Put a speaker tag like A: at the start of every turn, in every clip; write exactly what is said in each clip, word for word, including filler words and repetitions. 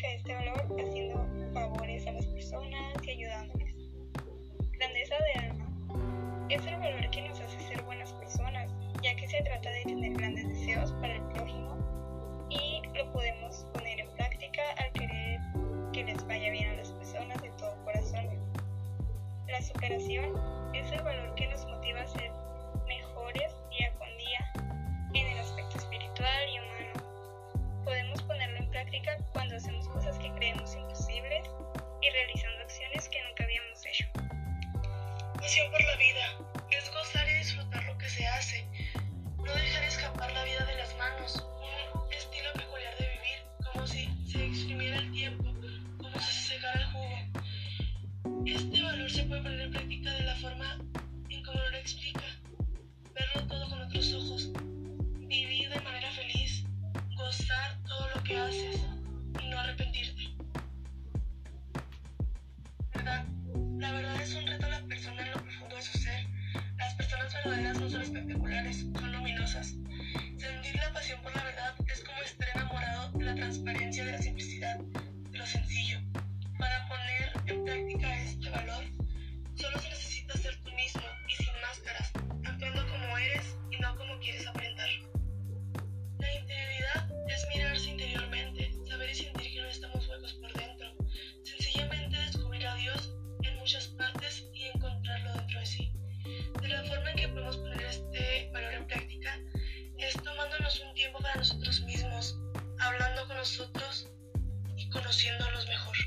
A: práctica este valor haciendo favores a las personas y ayudándoles. Grandeza de alma. Es el valor que nos hace ser buenas personas, ya que se trata de tener grandes deseos para el prójimo y lo podemos poner en práctica al querer que les vaya bien a las personas de todo corazón. La superación es el valor que nos motiva a ser mejores día con día en el aspecto espiritual y humano. Podemos ponerlo en práctica cuando hacemos cosas que creemos imposibles y realizando acciones que nunca habíamos hecho.
B: Pasión por la vida es gozar y disfrutar lo que se hace, no dejar escapar la vida de las manos, un estilo peculiar de vivir, como si se exprimiera el tiempo, como si se secara el jugo. Este valor se puede poner en práctica de la forma en como lo explica, verlo todo con otros ojos, vivir de manera feliz, gozar todo lo que haces y no arrepentirte. ¿Verdad? La verdad es un reto a la persona en lo profundo de su ser. Las personas verdaderas no son espectaculares, son luminosas. Sentir la pasión por la verdad es como estar enamorado de la transparencia, de la simplicidad, de lo sencillo. Para poner en práctica este valor, solo se necesita ser tú mismo y sin máscaras, actuando como eres y no como quieres aparentar. La interioridad es mirarse interiormente, saber y sentir que no estamos huecos por dentro, sencillamente descubrir a Dios en muchas partes y encontrarlo dentro de sí. De la forma en que podemos poner este valor en práctica es tomándonos un tiempo para nosotros mismos, hablando con nosotros y conociéndolos mejor.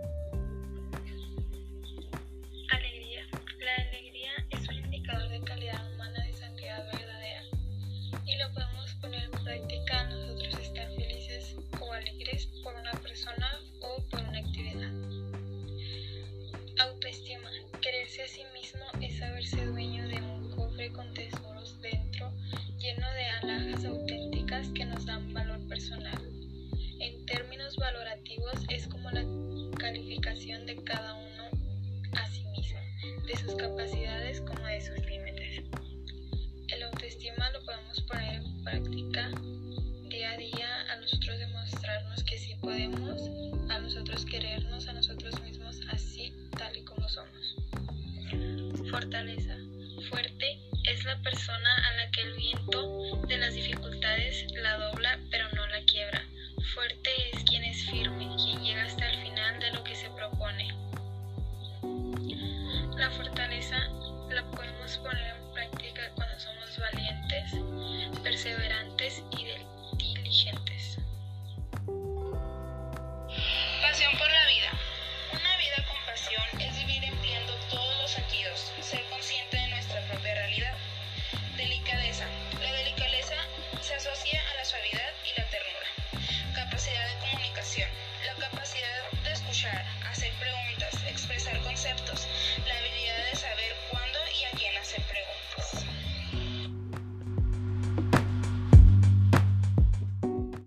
C: Alegría. La alegría es un indicador de calidad humana de santidad verdadera y lo podemos poner en práctica a nosotros estar felices o alegres por una persona o por una actividad. Autoestima. Quererse a sí mismo es saberse dueño de un cofre con tesoros dentro, lleno de alhajas auténticas que nos dan valor personal. En términos valorativos es como la calificación de cada uno a sí mismo, de sus capacidades como de sus límites. El autoestima lo podemos poner en práctica día a día, a nosotros demostrarnos que sí podemos, a nosotros querernos a nosotros mismos así tal y como somos. Fortaleza.